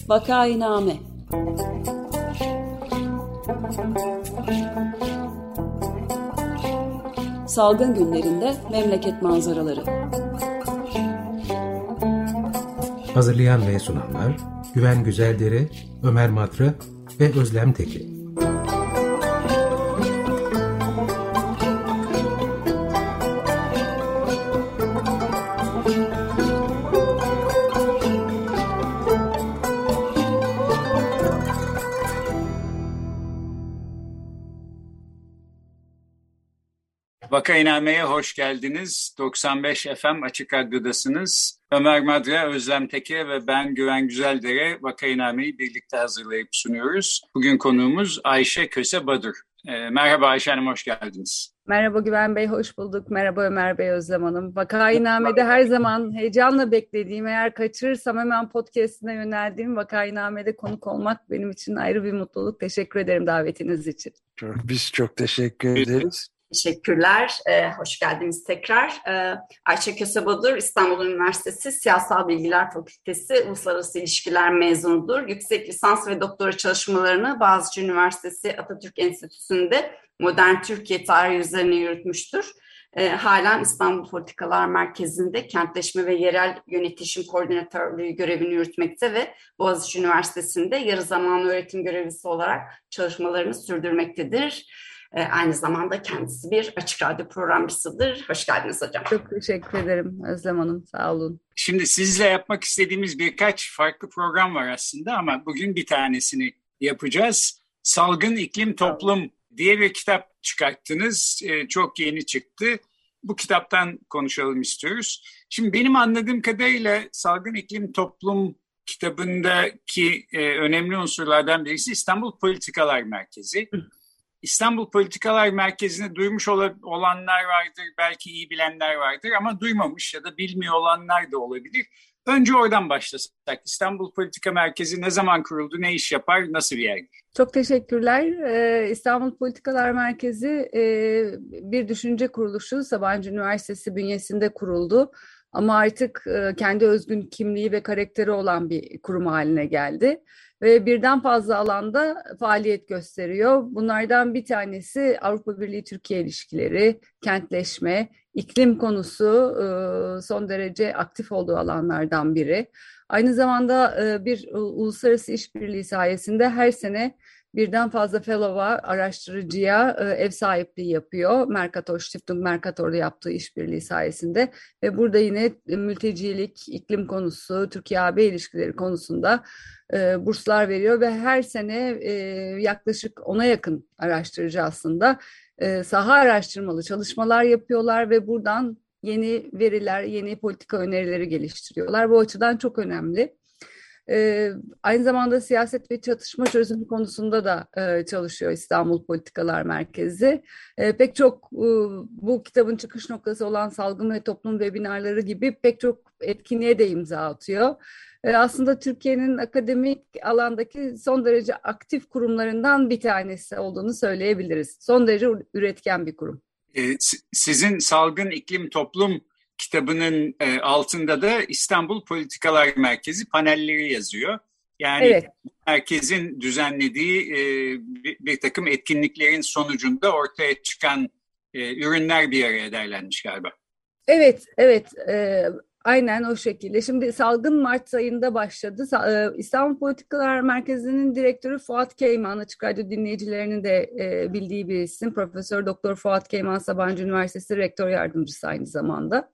Vakainame. Salgın günlerinde memleket manzaraları. Hazırlayan ve sunanlar Güven Güzeldere, Ömer Madra ve Özlem Teki. Vakainame'ye hoş geldiniz. 95 FM Açık Radyo'dasınız. Ömer Madra, Özlem Teke ve ben Güven Güzeldere Vakainame'yi birlikte hazırlayıp sunuyoruz. Bugün konuğumuz Ayşe Köse Badur. Merhaba Ayşe Hanım, hoş geldiniz. Merhaba Güven Bey, hoş bulduk. Merhaba Ömer Bey, Özlem Hanım. Vakainame'de her zaman heyecanla beklediğim, eğer kaçırırsam hemen podcast'ine yöneldiğim Vakainame'de konuk olmak benim için ayrı bir mutluluk. Teşekkür ederim davetiniz için. Biz çok teşekkür ederiz. Teşekkürler. Hoş geldiniz tekrar. Ayşe Köse Badur, İstanbul Üniversitesi Siyasal Bilgiler Fakültesi Uluslararası İlişkiler mezunudur. Yüksek lisans ve doktora çalışmalarını Boğaziçi Üniversitesi Atatürk Enstitüsü'nde modern Türkiye tarihi üzerine yürütmüştür. Halen İstanbul Politikalar Merkezi'nde kentleşme ve yerel yönetişim koordinatörlüğü görevini yürütmekte ve Boğaziçi Üniversitesi'nde yarı zamanlı öğretim görevlisi olarak çalışmalarını sürdürmektedir. Aynı zamanda kendisi bir açık radyo programcısıdır. Hoş geldiniz hocam. Çok teşekkür ederim Özlem Hanım. Sağ olun. Şimdi sizle yapmak istediğimiz birkaç farklı program var aslında ama bugün bir tanesini yapacağız. Salgın İklim Toplum diye bir kitap çıkarttınız. Çok yeni çıktı. Bu kitaptan konuşalım istiyoruz. Şimdi benim anladığım kadarıyla Salgın İklim Toplum kitabındaki önemli unsurlardan birisi İstanbul Politikalar Merkezi. İstanbul Politikalar Merkezi'ni duymuş olanlar vardır, belki iyi bilenler vardır ama duymamış ya da bilmiyor olanlar da olabilir. Önce oradan başlasak. İstanbul Politika Merkezi ne zaman kuruldu, ne iş yapar, nasıl bir yerdir? Çok teşekkürler. İstanbul Politikalar Merkezi bir düşünce kuruluşu, Sabancı Üniversitesi bünyesinde kuruldu. Ama artık kendi özgün kimliği ve karakteri olan bir kurum haline geldi. Ve birden fazla alanda faaliyet gösteriyor. Bunlardan bir tanesi Avrupa Birliği-Türkiye ilişkileri, kentleşme, iklim konusu son derece aktif olduğu alanlardan biri. Aynı zamanda bir uluslararası işbirliği sayesinde her sene birden fazla fellow'a, araştırıcıya ev sahipliği yapıyor. Mercator, Stiftung Mercator'da yaptığı işbirliği sayesinde ve burada yine mültecilik, iklim konusu, Türkiye-AB ilişkileri konusunda burslar veriyor ve her sene yaklaşık 10'a yakın araştırıcı aslında saha araştırmalı çalışmalar yapıyorlar ve buradan yeni veriler, yeni politika önerileri geliştiriyorlar. Bu açıdan çok önemli. Aynı zamanda siyaset ve çatışma çözümü konusunda da çalışıyor İstanbul Politikalar Merkezi. Pek çok bu kitabın çıkış noktası olan Salgın ve Toplum webinarları gibi pek çok etkinliğe de imza atıyor. Aslında Türkiye'nin akademik alandaki son derece aktif kurumlarından bir tanesi olduğunu söyleyebiliriz. Son derece üretken bir kurum. Sizin Salgın İklim Toplum kitabının altında da İstanbul Politikalar Merkezi panelleri yazıyor. Yani evet, merkezin düzenlediği bir takım etkinliklerin sonucunda ortaya çıkan ürünler bir araya derlenmiş galiba. Evet. Aynen o şekilde. Şimdi salgın Mart ayında başladı. İstanbul Politikalar Merkezi'nin direktörü Fuat Keyman, Açık Radyo dinleyicilerinin de bildiği bir isim. Profesör Doktor Fuat Keyman, Sabancı Üniversitesi Rektör Yardımcısı aynı zamanda.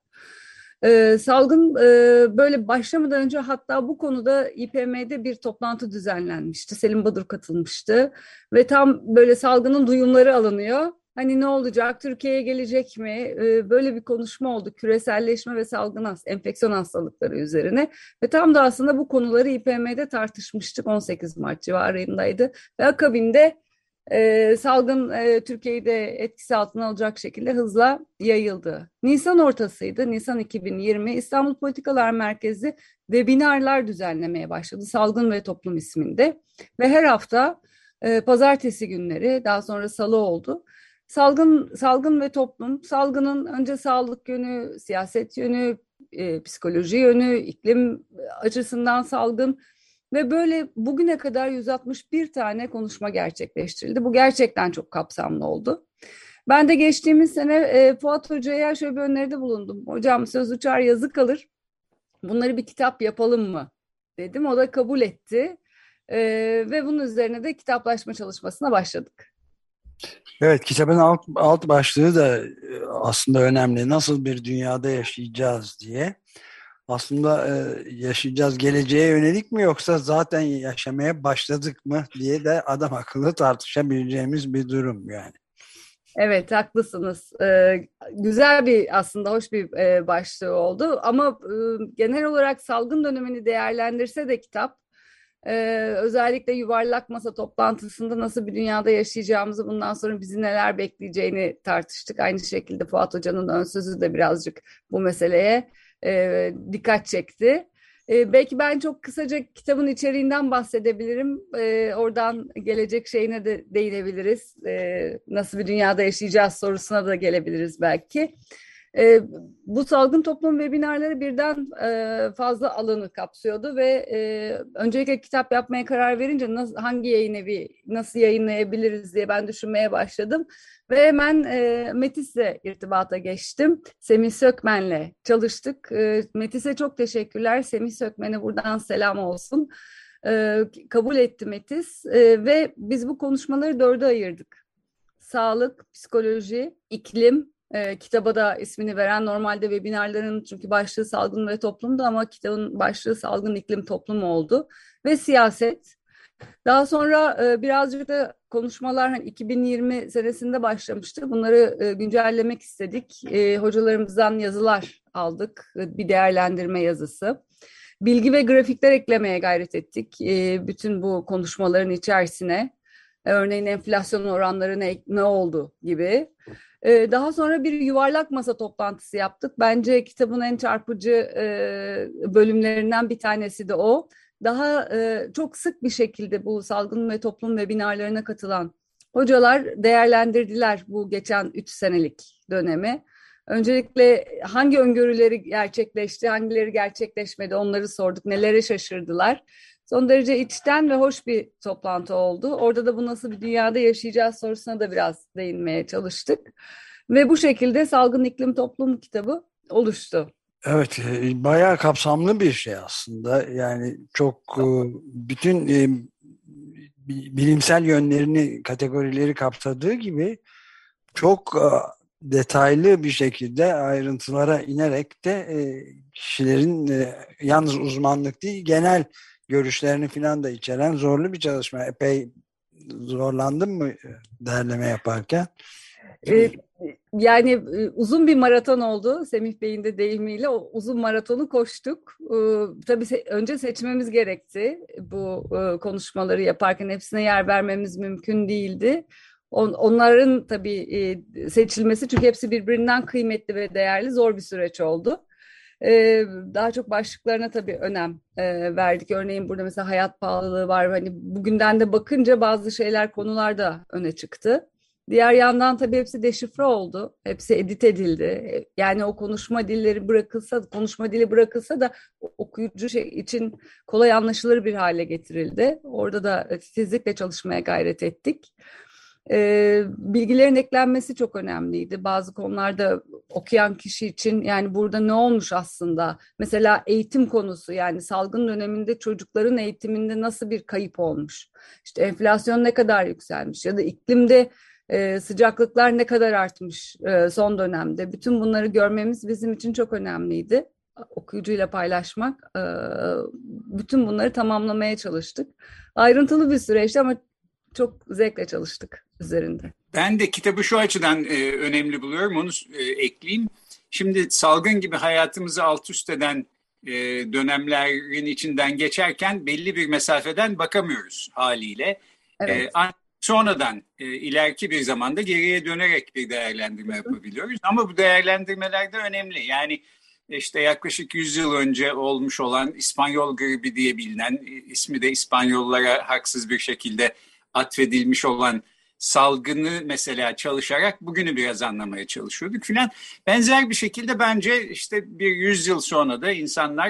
Salgın böyle başlamadan önce hatta bu konuda İPM'de bir toplantı düzenlenmişti. Selim Badur katılmıştı ve tam böyle salgının duyumları alınıyor. Hani ne olacak, Türkiye'ye gelecek mi? Böyle bir konuşma oldu. Küreselleşme ve enfeksiyon hastalıkları üzerine. Ve tam da aslında bu konuları İPM'de tartışmıştık. 18 Mart civarındaydı. Ve akabinde salgın Türkiye'yi de etkisi altına alacak şekilde hızla yayıldı. Nisan ortasıydı. Nisan 2020 İstanbul Politikalar Merkezi webinarlar düzenlemeye başladı. Salgın ve Toplum isminde. Ve her hafta pazartesi günleri, daha sonra salı oldu. Salgın ve toplum, salgının önce sağlık yönü, siyaset yönü, psikoloji yönü, iklim açısından salgın, Ve böyle bugüne kadar 161 tane konuşma gerçekleştirildi. Bu gerçekten çok kapsamlı oldu. Ben de geçtiğimiz sene Fuat Hoca'ya şöyle bir öneride bulundum. Hocam söz uçar yazı kalır. Bunları bir kitap yapalım mı dedim. O da kabul etti. Ve bunun üzerine de kitaplaşma çalışmasına başladık. Evet, kitabın alt başlığı da aslında önemli. Nasıl bir dünyada yaşayacağız diye. Aslında yaşayacağız geleceğe yönelik mi yoksa zaten yaşamaya başladık mı diye de adam akıllı tartışabileceğimiz bir durum yani. Evet, haklısınız. Güzel bir aslında hoş bir başlığı oldu ama genel olarak salgın dönemini değerlendirse de kitap özellikle yuvarlak masa toplantısında nasıl bir dünyada yaşayacağımızı, bundan sonra bizi neler bekleyeceğini tartıştık. Aynı şekilde Fuat Hoca'nın ön sözü de birazcık bu meseleye dikkat çekti. Belki ben çok kısaca kitabın içeriğinden bahsedebilirim. Oradan gelecek şeyine de değinebiliriz. Nasıl bir dünyada yaşayacağız sorusuna da gelebiliriz belki. Bu salgın toplum webinarları birden fazla alanı kapsıyordu ve öncelikle kitap yapmaya karar verince hangi yayın evi nasıl yayınlayabiliriz diye ben düşünmeye başladım ve hemen Metis'le irtibata geçtim. Semih Sökmen'le çalıştık. Metis'e çok teşekkürler. Semih Sökmen'e buradan selam olsun. Kabul etti Metis ve biz bu konuşmaları 4'e ayırdık. Sağlık, psikoloji, iklim. Kitaba da ismini veren, normalde webinarların çünkü başlığı salgın ve toplumdu ama kitabın başlığı salgın iklim toplum oldu ve siyaset. Daha sonra birazcık da konuşmalar 2020 senesinde başlamıştı. Bunları güncellemek istedik. Hocalarımızdan yazılar aldık. Bir değerlendirme yazısı. Bilgi ve grafikler eklemeye gayret ettik. Bütün bu konuşmaların içerisine. Örneğin enflasyon oranları ne oldu gibi. Daha sonra bir yuvarlak masa toplantısı yaptık. Bence kitabın en çarpıcı bölümlerinden bir tanesi de o. Daha çok sık bir şekilde bu salgın ve toplum webinarlarına katılan hocalar değerlendirdiler bu geçen 3 senelik dönemi. Öncelikle hangi öngörüleri gerçekleşti, hangileri gerçekleşmedi onları sorduk, nelere şaşırdılar. Son derece içten ve hoş bir toplantı oldu. Orada da bu nasıl bir dünyada yaşayacağız sorusuna da biraz değinmeye çalıştık. Ve bu şekilde Salgın İklim Toplum kitabı oluştu. Evet, bayağı kapsamlı bir şey aslında. Yani çok bütün bilimsel yönlerini, kategorileri kapsadığı gibi çok detaylı bir şekilde ayrıntılara inerek de kişilerin yalnız uzmanlık değil, genel görüşlerini falan da içeren zorlu bir çalışma. Epey zorlandın mı derleme yaparken? Yani uzun bir maraton oldu. Semih Bey'in de deyimiyle o uzun maratonu koştuk. Tabii önce seçmemiz gerekti. Bu konuşmaları yaparken hepsine yer vermemiz mümkün değildi. Onların tabii seçilmesi, çünkü hepsi birbirinden kıymetli ve değerli, zor bir süreç oldu. Daha çok başlıklarına tabii önem verdik. Örneğin burada mesela hayat pahalılığı var. Hani bugünden de bakınca bazı şeyler, konular da öne çıktı. Diğer yandan tabii hepsi deşifre oldu. Hepsi edit edildi. Yani o konuşma dili bırakılsa da okuyucu için kolay anlaşılır bir hale getirildi. Orada da titizlikle çalışmaya gayret ettik. Bilgilerin eklenmesi çok önemliydi. Bazı konularda okuyan kişi için yani burada ne olmuş aslında? Mesela eğitim konusu, yani salgın döneminde çocukların eğitiminde nasıl bir kayıp olmuş? İşte enflasyon ne kadar yükselmiş ya da iklimde sıcaklıklar ne kadar artmış son dönemde. Bütün bunları görmemiz bizim için çok önemliydi. Okuyucuyla paylaşmak, bütün bunları tamamlamaya çalıştık. Ayrıntılı bir süreçti ama çok zevkle çalıştık üzerinde. Ben de kitabı şu açıdan önemli buluyorum, onu ekleyeyim. Şimdi salgın gibi hayatımızı alt üst eden dönemlerin içinden geçerken belli bir mesafeden bakamıyoruz haliyle. Evet. Sonradan ileriki bir zamanda geriye dönerek bir değerlendirme yapabiliyoruz. Ama bu değerlendirmeler de önemli. Yani işte yaklaşık 100 yıl önce olmuş olan İspanyol gribi diye bilinen, ismi de İspanyollara haksız bir şekilde atfedilmiş olan salgını mesela çalışarak bugünü biraz anlamaya çalışıyorduk filan. Benzer bir şekilde bence işte bir 100 yıl sonra da insanlar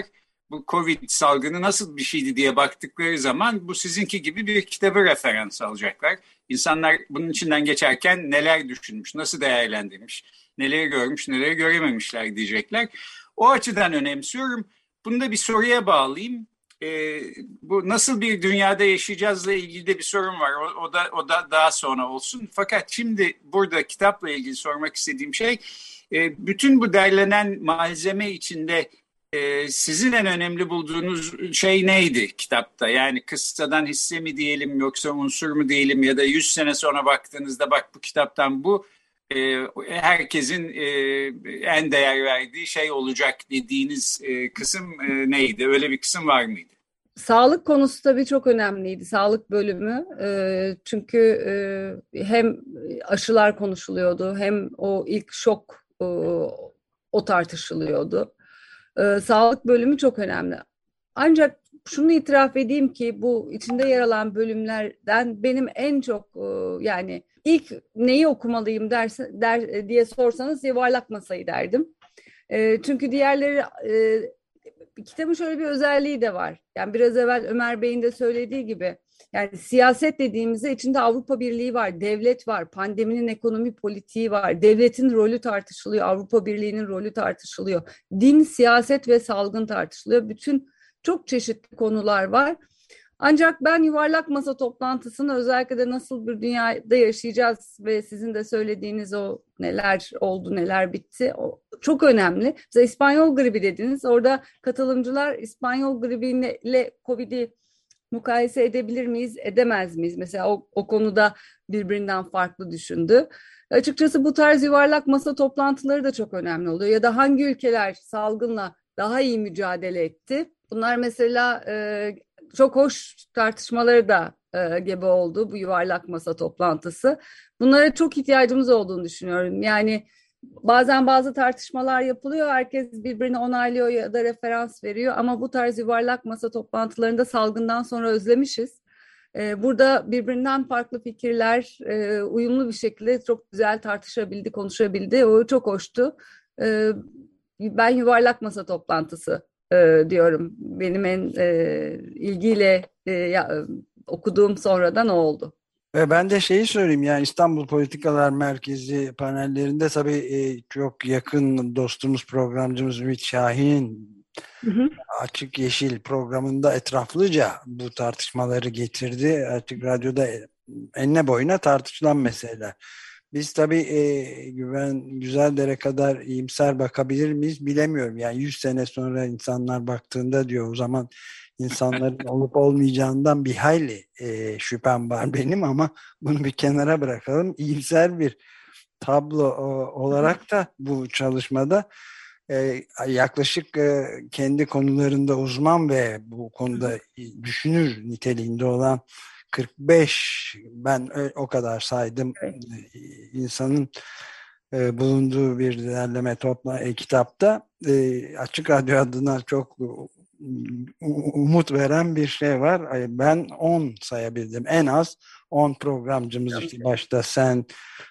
bu Covid salgını nasıl bir şeydi diye baktıkları zaman bu sizinki gibi bir kitabı referans alacaklar. İnsanlar bunun içinden geçerken neler düşünmüş, nasıl değerlendirmiş, neleri görmüş, neleri görememişler diyecekler. O açıdan önemsiyorum. Bunu da bir soruya bağlayayım. Bu nasıl bir dünyada yaşayacağızla ilgili de bir sorun var. O da daha sonra olsun. Fakat şimdi burada kitapla ilgili sormak istediğim şey, bütün bu derlenen malzeme içinde sizin en önemli bulduğunuz şey neydi kitapta? Yani kıssadan hisse mi diyelim, yoksa unsur mu diyelim, ya da 100 sene sonra baktığınızda bak bu kitaptan bu herkesin en değer verdiği şey olacak dediğiniz kısım neydi? Öyle bir kısım var mıydı? Sağlık konusu tabii çok önemliydi. Sağlık bölümü. Çünkü hem aşılar konuşuluyordu, hem o ilk şok o tartışılıyordu. Sağlık bölümü çok önemli. Ancak şunu itiraf edeyim ki bu içinde yer alan bölümlerden benim en çok yani ilk neyi okumalıyım diye sorsanız Yuvarlak Masa'yı derdim. Çünkü diğerleri kitabın şöyle bir özelliği de var. Yani biraz evvel Ömer Bey'in de söylediği gibi, yani siyaset dediğimizde içinde Avrupa Birliği var, devlet var, pandeminin ekonomi politiği var, devletin rolü tartışılıyor, Avrupa Birliği'nin rolü tartışılıyor, din, siyaset ve salgın tartışılıyor. Bütün çok çeşitli konular var. Ancak ben Yuvarlak Masa toplantısını özellikle de nasıl bir dünyada yaşayacağız ve sizin de söylediğiniz o neler oldu, neler bitti, o çok önemli. Mesela İspanyol gribi dediniz. Orada katılımcılar İspanyol gribiyle Covid'i mukayese edebilir miyiz, edemez miyiz? Mesela o konuda birbirinden farklı düşündü. Açıkçası bu tarz yuvarlak masa toplantıları da çok önemli oluyor. Ya da hangi ülkeler salgınla daha iyi mücadele etti? Bunlar mesela çok hoş tartışmaları da gebe oldu bu yuvarlak masa toplantısı. Bunlara çok ihtiyacımız olduğunu düşünüyorum. Yani bazen bazı tartışmalar yapılıyor, herkes birbirini onaylıyor ya da referans veriyor, ama bu tarz yuvarlak masa toplantılarında salgından sonra özlemişiz. Burada birbirinden farklı fikirler uyumlu bir şekilde çok güzel tartışabildi, konuşabildi. O çok hoştu. Ben yuvarlak masa toplantısı diyorum. Benim en ilgiyle okuduğum sonradan o oldu. Ve ben de şeyi söyleyeyim, yani İstanbul Politikalar Merkezi panellerinde tabii çok yakın dostumuz, programcımız Ümit Şahin'in Açık Yeşil programında etraflıca bu tartışmaları getirdi. Açık Radyo'da enine boyuna tartışılan meseleler. Biz tabii Güven Güzeldere kadar iyimser bakabilir miyiz bilemiyorum. Yani 100 sene sonra insanlar baktığında diyor, o zaman insanların olup olmayacağından bir hayli şüphem var benim, ama bunu bir kenara bırakalım. İyimser bir tablo olarak da bu çalışmada yaklaşık kendi konularında uzman ve bu konuda düşünür niteliğinde olan 45, ben o kadar saydım, insanın bulunduğu bir derleme kitapta Açık Radyo adına çok umut veren bir şey var. Ben 10 sayabildim. En az 10 programcımız, işte başta sen,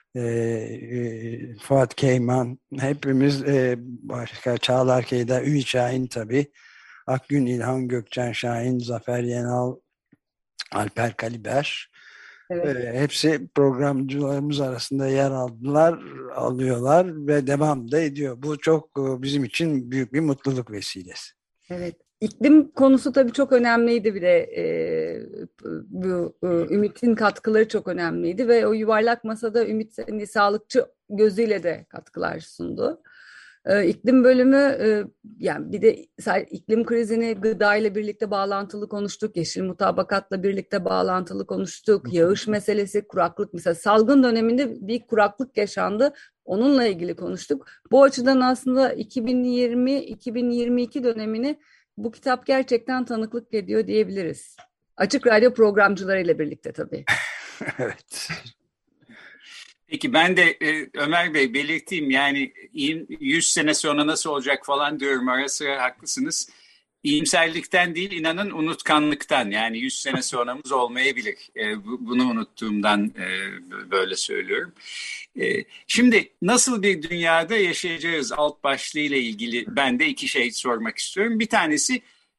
Fuat Keyman, hepimiz, başka Çağlar Keyda, Ümit Şahin tabii, Akgün İlhan, Gökçen Şahin, Zafer Yenal, Alper Kaliber, evet. Hepsi programcılarımız arasında yer alıyorlar ve devam da ediyor. Bu çok bizim için büyük bir mutluluk vesilesi. Evet. İklim konusu tabii çok önemliydi, bir de bu Ümit'in katkıları çok önemliydi ve o yuvarlak masada Ümit sağlıkçı gözüyle de katkılar sundu. İklim bölümü, yani bir de iklim krizini gıda ile birlikte bağlantılı konuştuk, yeşil mutabakatla birlikte bağlantılı konuştuk, yağış meselesi, kuraklık, mesela salgın döneminde bir kuraklık yaşandı, onunla ilgili konuştuk. Bu açıdan aslında 2020-2022 dönemini bu kitap gerçekten tanıklık ediyor diyebiliriz. Açık Radyo programcılarıyla birlikte tabii. Evet. Peki ben de Ömer Bey belirteyim, yani 100 sene sonra nasıl olacak falan diyorum, ara sıra haklısınız. İyimserlikten değil, inanın unutkanlıktan, yani 100 sene sonramız olmayabilir. Bunu unuttuğumdan böyle söylüyorum. Şimdi nasıl bir dünyada yaşayacağız alt başlığıyla ilgili ben de iki şey sormak istiyorum. Bir tanesi,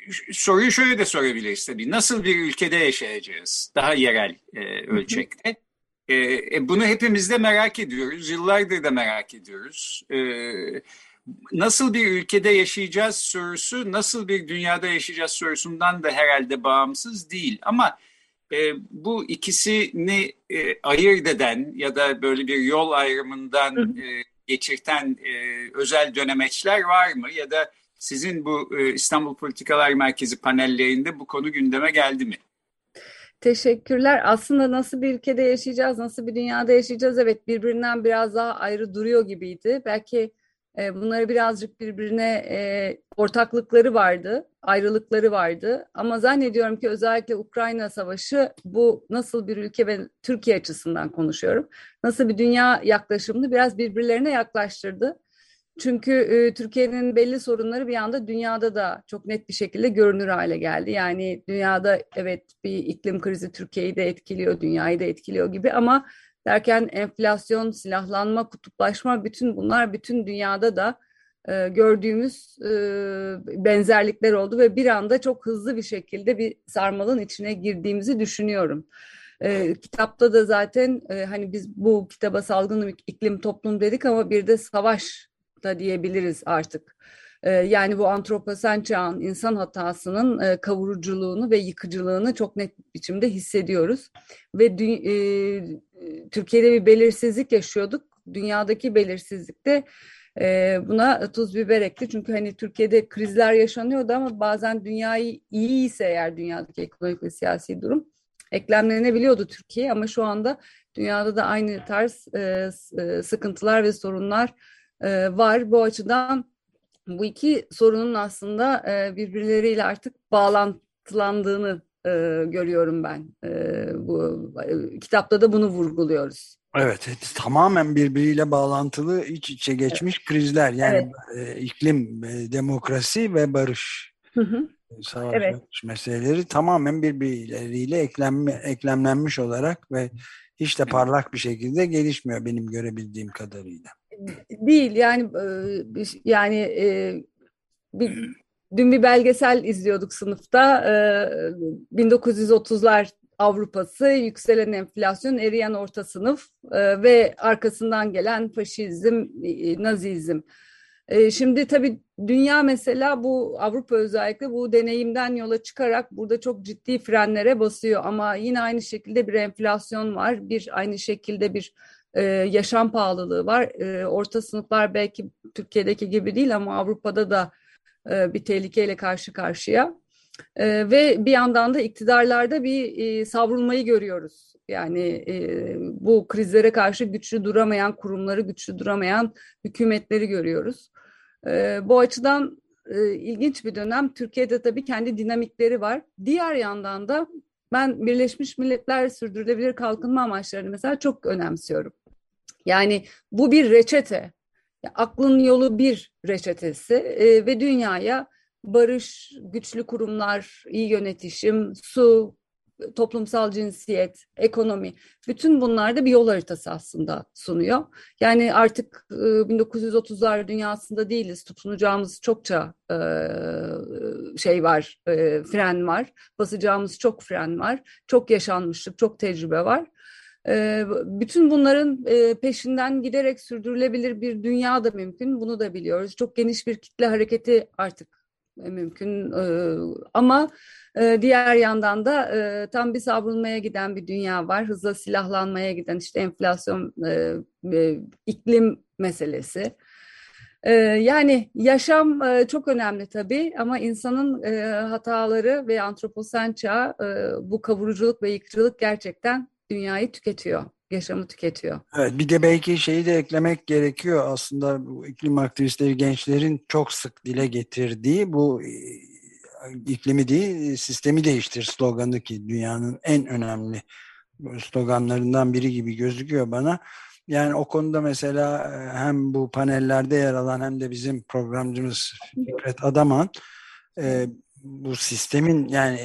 soruyu şöyle de sorabiliriz tabii. Nasıl bir ülkede yaşayacağız? Daha yerel ölçekte. Bunu hepimiz de merak ediyoruz. Yıllardır da merak ediyoruz. Nasıl bir ülkede yaşayacağız sorusu, nasıl bir dünyada yaşayacağız sorusundan da herhalde bağımsız değil. Ama bu ikisini ayırt eden ya da böyle bir yol ayrımından geçirten özel dönemeçler var mı? Ya da sizin bu İstanbul Politikalar Merkezi panellerinde bu konu gündeme geldi mi? Teşekkürler. Aslında nasıl bir ülkede yaşayacağız, nasıl bir dünyada yaşayacağız? Evet, birbirinden biraz daha ayrı duruyor gibiydi. Belki bunları birazcık birbirine ortaklıkları vardı, ayrılıkları vardı. Ama zannediyorum ki özellikle Ukrayna Savaşı bu nasıl bir ülke ve Türkiye açısından konuşuyorum. Nasıl bir dünya yaklaşımını biraz birbirlerine yaklaştırdı. Çünkü Türkiye'nin belli sorunları bir anda dünyada da çok net bir şekilde görünür hale geldi. Yani dünyada evet bir iklim krizi Türkiye'yi de etkiliyor, dünyayı da etkiliyor gibi ama derken enflasyon, silahlanma, kutuplaşma bütün bunlar bütün dünyada da gördüğümüz benzerlikler oldu ve bir anda çok hızlı bir şekilde bir sarmalın içine girdiğimizi düşünüyorum. Kitapta da zaten hani biz bu kitaba salgın iklim toplum dedik ama bir de savaş da diyebiliriz artık. Yani bu antroposen çağın insan hatasının kavuruculuğunu ve yıkıcılığını çok net bir biçimde hissediyoruz. Ve Türkiye'de bir belirsizlik yaşıyorduk. Dünyadaki belirsizlik de buna tuz biber ekti. Çünkü hani Türkiye'de krizler yaşanıyordu ama bazen dünyayı iyi ise eğer dünyadaki ekonomik ve siyasi durum eklemlenebiliyordu Türkiye. Ama şu anda dünyada da aynı tarz sıkıntılar ve sorunlar var. Bu açıdan bu iki sorunun aslında birbirleriyle artık bağlantılandığını görüyorum ben. Bu kitapta da bunu vurguluyoruz. Evet, tamamen birbiriyle bağlantılı, iç içe geçmiş krizler. Yani iklim, demokrasi ve barış. Savaş barış meseleleri tamamen birbirleriyle eklemlenmiş olarak ve hiç de parlak bir şekilde gelişmiyor benim görebildiğim kadarıyla. Değil dün bir belgesel izliyorduk sınıfta. 1930'lar Avrupa'sı, yükselen enflasyon, eriyen orta sınıf ve arkasından gelen faşizm, nazizm. Şimdi tabii dünya mesela bu Avrupa özellikle bu deneyimden yola çıkarak burada çok ciddi frenlere basıyor ama yine aynı şekilde bir enflasyon var, aynı şekilde bir yaşam pahalılığı var. Orta sınıflar belki Türkiye'deki gibi değil ama Avrupa'da da bir tehlikeyle karşı karşıya. Ve bir yandan da iktidarlarda bir savrulmayı görüyoruz. Yani bu krizlere karşı güçlü duramayan kurumları, güçlü duramayan hükümetleri görüyoruz. Bu açıdan ilginç bir dönem. Türkiye'de tabii kendi dinamikleri var. Diğer yandan da ben Birleşmiş Milletler Sürdürülebilir Kalkınma Amaçlarını mesela çok önemsiyorum. Yani bu bir reçete. Aklın yolu bir reçetesi ve dünyaya barış, güçlü kurumlar, iyi yönetişim, su, toplumsal cinsiyet, ekonomi, bütün bunlarda bir yol haritası aslında sunuyor. Yani artık 1930'lar dünyasında değiliz. Tutunacağımız çokça var, fren var. Basacağımız çok fren var. Çok yaşanmışlık, çok tecrübe var. Bütün bunların peşinden giderek sürdürülebilir bir dünya da mümkün. Bunu da biliyoruz. Çok geniş bir kitle hareketi artık mümkün. Ama diğer yandan da tam bir savrulmaya giden bir dünya var. Hızla silahlanmaya giden işte enflasyon, iklim meselesi. Yani yaşam çok önemli tabii ama insanın hataları ve antroposen çağ bu kavuruculuk ve yıkıcılık gerçekten dünyayı tüketiyor, yaşamı tüketiyor. Evet, bir de belki şeyi de eklemek gerekiyor aslında bu iklim aktivistleri gençlerin çok sık dile getirdiği bu iklimi değil sistemi değiştir sloganı ki dünyanın en önemli sloganlarından biri gibi gözüküyor bana. Yani o konuda mesela hem bu panellerde yer alan hem de bizim programcımız Fikret Adaman bu sistemin yani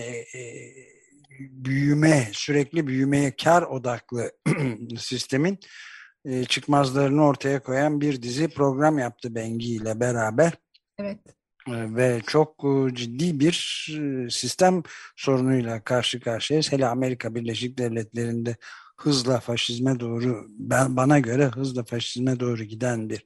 sürekli büyümeye, kar odaklı sistemin çıkmazlarını ortaya koyan bir dizi program yaptı Bengi ile beraber. Evet. Ve çok ciddi bir sistem sorunuyla karşı karşıyayız. Hele Amerika Birleşik Devletleri'nde hızla faşizme doğru, bana göre hızla faşizme doğru giden bir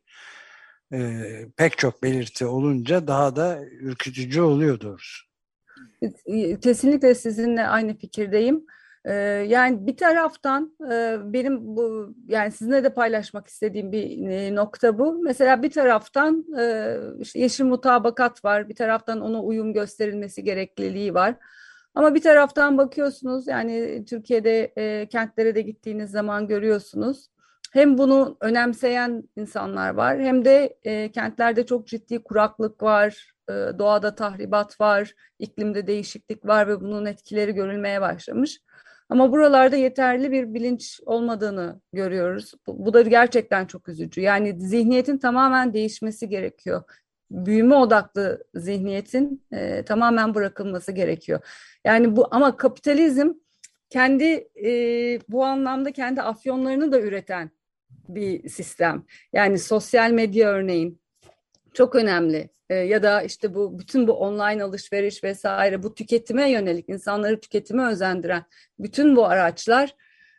pek çok belirti olunca daha da ürkütücü oluyor doğrusu. Kesinlikle sizinle aynı fikirdeyim. Yani bir taraftan benim bu, yani sizinle de paylaşmak istediğim bir nokta bu. Mesela bir taraftan işte yeşil mutabakat var, bir taraftan ona uyum gösterilmesi gerekliliği var. Ama bir taraftan bakıyorsunuz, yani Türkiye'de kentlere de gittiğiniz zaman görüyorsunuz. Hem bunu önemseyen insanlar var, hem de kentlerde çok ciddi kuraklık var, doğada tahribat var, iklimde değişiklik var ve bunun etkileri görülmeye başlamış. Ama buralarda yeterli bir bilinç olmadığını görüyoruz. Bu da gerçekten çok üzücü. Yani zihniyetin tamamen değişmesi gerekiyor. Büyüme odaklı zihniyetin tamamen bırakılması gerekiyor. Yani bu, ama kapitalizm kendi bu anlamda kendi afyonlarını da üreten bir sistem. Yani sosyal medya örneğin çok önemli. Ya da işte bütün bu online alışveriş vesaire, bu tüketime yönelik, insanları tüketime özendiren bütün bu araçlara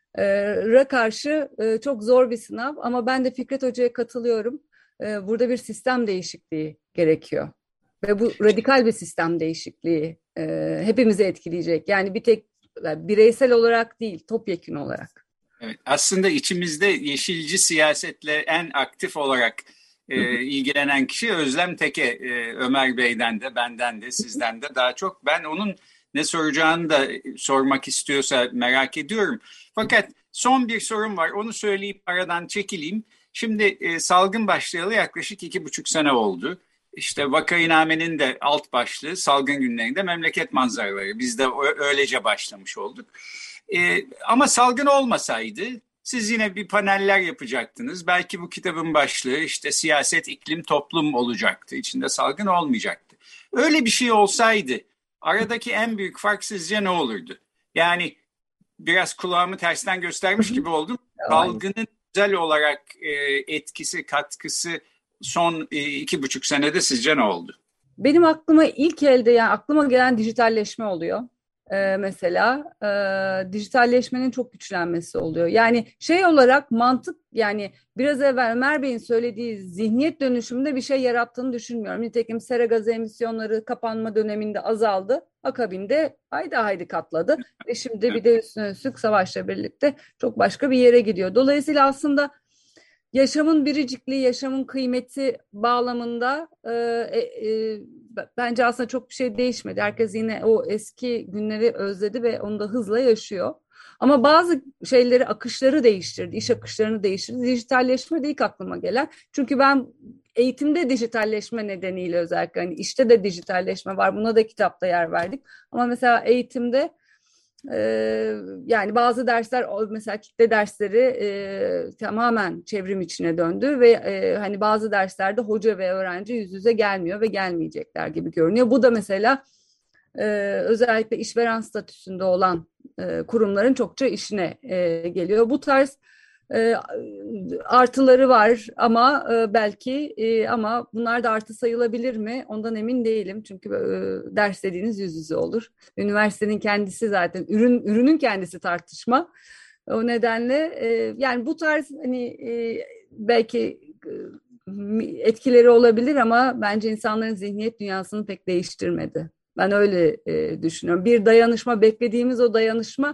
karşı çok zor bir sınav. Ama ben de Fikret Hoca'ya katılıyorum. Burada bir sistem değişikliği gerekiyor. Ve bu radikal bir sistem değişikliği hepimizi etkileyecek. Yani bir tek bireysel olarak değil, topyekün olarak. Evet, aslında içimizde yeşilci siyasetle en aktif olarak ilgilenen kişi Özlem Teke. Ömer Bey'den de, benden de, sizden de daha çok. Ben onun ne soracağını da sormak istiyorsa merak ediyorum. Fakat son bir sorum var, onu söyleyip aradan çekileyim. Şimdi salgın başlayalı yaklaşık 2,5 sene oldu. İşte Vakainame'nin de alt başlığı salgın günlerinde memleket manzaraları. Biz de öylece başlamış olduk. Ama salgın olmasaydı siz yine bir paneller yapacaktınız. Belki bu kitabın başlığı işte siyaset, iklim, toplum olacaktı. İçinde salgın olmayacaktı. Öyle bir şey olsaydı aradaki en büyük fark sizce ne olurdu? Yani biraz kulağımı tersten göstermiş gibi oldum. Salgının özel olarak etkisi, katkısı son 2,5 senede sizce ne oldu? Benim aklıma ilk elde, yani aklıma gelen dijitalleşme oluyor. Mesela dijitalleşmenin çok güçlenmesi oluyor. Yani şey olarak mantık, yani biraz evvel Ömer Bey'in söylediği zihniyet dönüşümünde bir şey yarattığını düşünmüyorum. Nitekim sera gazı emisyonları kapanma döneminde azaldı. Akabinde haydi katladı. Ve şimdi bir de üstüne üstlük savaşla birlikte çok başka bir yere gidiyor. Dolayısıyla aslında yaşamın biricikliği, yaşamın kıymeti bağlamında bence aslında çok bir şey değişmedi. Herkes yine o eski günleri özledi ve onu da hızla yaşıyor. Ama bazı şeyleri, akışları değiştirdi, iş akışlarını değiştirdi. Dijitalleşme de ilk aklıma gelen. Çünkü ben eğitimde dijitalleşme nedeniyle, özellikle hani işte de dijitalleşme var. Buna da kitapta yer verdik. Ama mesela eğitimde yani bazı dersler, mesela kitle dersleri tamamen çevrim içine döndü ve hani bazı derslerde hoca ve öğrenci yüz yüze gelmiyor ve gelmeyecekler gibi görünüyor. Bu da mesela özellikle işveren statüsünde olan kurumların çokça işine geliyor. Bu tarz artıları var ama belki ama bunlar da artı sayılabilir mi? Ondan emin değilim. Çünkü ders dediğiniz yüz yüze olur. Üniversitenin kendisi zaten ürünün kendisi tartışma. O nedenle yani bu tarz hani belki etkileri olabilir ama bence insanların zihniyet dünyasını pek değiştirmedi. Ben öyle düşünüyorum. Bir dayanışma, beklediğimiz o dayanışmayı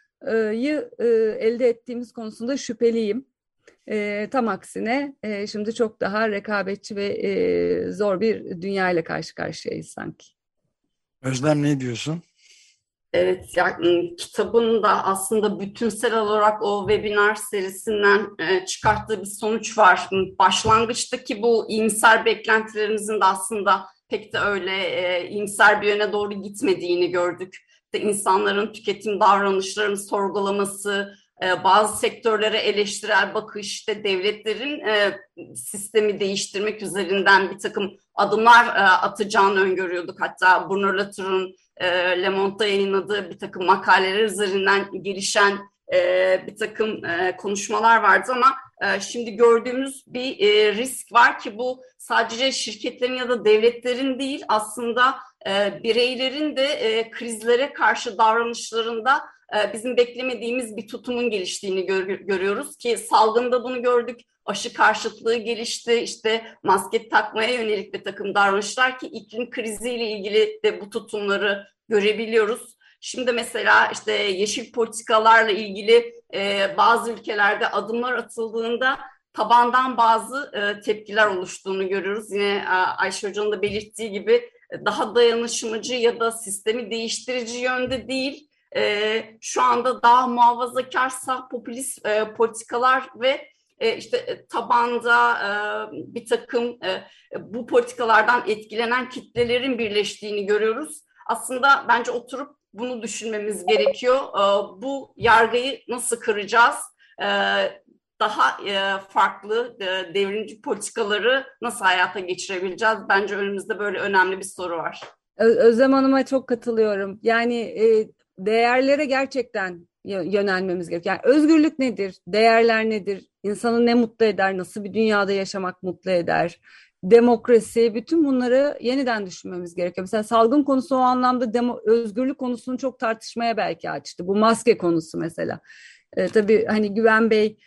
elde ettiğimiz konusunda şüpheliyim. Tam aksine şimdi çok daha rekabetçi ve zor bir dünya ile karşı karşıyayız sanki. Özlem, ne diyorsun? Evet, yani kitabın da aslında bütünsel olarak o webinar serisinden çıkarttığı bir sonuç var. Başlangıçtaki bu iyimser beklentilerimizin de aslında pek de öyle iyimser bir yöne doğru gitmediğini gördük. İnsanların tüketim davranışlarını sorgulaması, bazı sektörlere eleştirel bakış, işte devletlerin sistemi değiştirmek üzerinden bir takım adımlar atacağını öngörüyorduk. Hatta Bruno Latour'un Le Monde'da yayınladığı bir takım makaleler üzerinden gelişen bir takım konuşmalar vardı ama Şimdi gördüğümüz bir risk var ki bu sadece şirketlerin ya da devletlerin değil, aslında bireylerin de krizlere karşı davranışlarında bizim beklemediğimiz bir tutumun geliştiğini görüyoruz ki salgında bunu gördük. Aşı karşıtlığı gelişti, işte maske takmaya yönelik bir takım davranışlar ki iklim kriziyle ilgili de bu tutumları görebiliyoruz. Şimdi mesela işte yeşil politikalarla ilgili bazı ülkelerde adımlar atıldığında tabandan bazı tepkiler oluştuğunu görüyoruz. Yine Ayşe Hoca'nın da belirttiği gibi daha dayanışmacı ya da sistemi değiştirici yönde değil, şu anda daha muhafazakar, sağ popülist politikalar ve işte tabanda bir takım bu politikalardan etkilenen kitlelerin birleştiğini görüyoruz. Aslında bence oturup bunu düşünmemiz gerekiyor. Bu yargıyı nasıl kıracağız? Daha farklı devrimci politikaları nasıl hayata geçirebileceğiz? Bence önümüzde böyle önemli bir soru var. Özlem Hanım'a çok katılıyorum. Yani değerlere gerçekten yönelmemiz gerekiyor. Yani özgürlük nedir? Değerler nedir? İnsanı ne mutlu eder? Nasıl bir dünyada yaşamak mutlu eder? Demokrasi, bütün bunları yeniden düşünmemiz gerekiyor. Mesela salgın konusu o anlamda özgürlük konusunu çok tartışmaya belki açtı. Bu maske konusu mesela. Tabii hani Güven Bey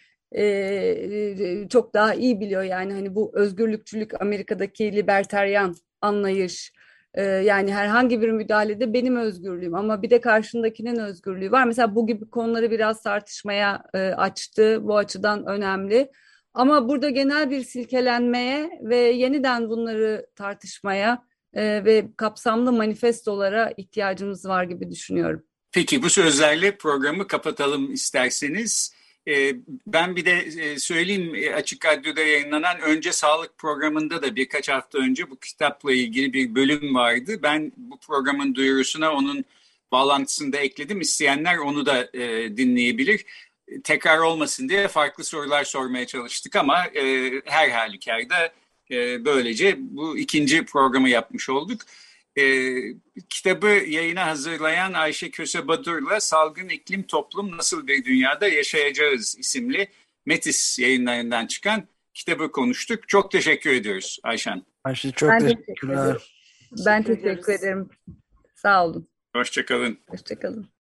çok daha iyi biliyor, yani hani bu özgürlükçülük, Amerika'daki libertaryen anlayış, yani herhangi bir müdahalede benim özgürlüğüm ama bir de karşındakinin özgürlüğü var. Mesela bu gibi konuları biraz tartışmaya açtı. Bu açıdan önemli. Ama burada genel bir silkelenmeye ve yeniden bunları tartışmaya ve kapsamlı manifestolara ihtiyacımız var gibi düşünüyorum. Peki bu sözlerle programı kapatalım isterseniz. Ben bir de söyleyeyim, Açık Radyo'da yayınlanan Önce Sağlık programında da birkaç hafta önce bu kitapla ilgili bir bölüm vardı. Ben bu programın duyurusuna onun bağlantısını da ekledim. İsteyenler onu da dinleyebilir. Tekrar olmasın diye farklı sorular sormaya çalıştık ama her halükarda böylece bu ikinci programı yapmış olduk. Kitabı yayına hazırlayan Ayşe Köse-Badur'la Salgın İklim Toplum Nasıl Bir Dünyada Yaşayacağız isimli Metis yayınlarından çıkan kitabı konuştuk. Çok teşekkür ediyoruz Ayşen. Ayşe çok teşekkürler. Ben teşekkür ederim. Sağ olun. Hoşça kalın. Hoşça kalın.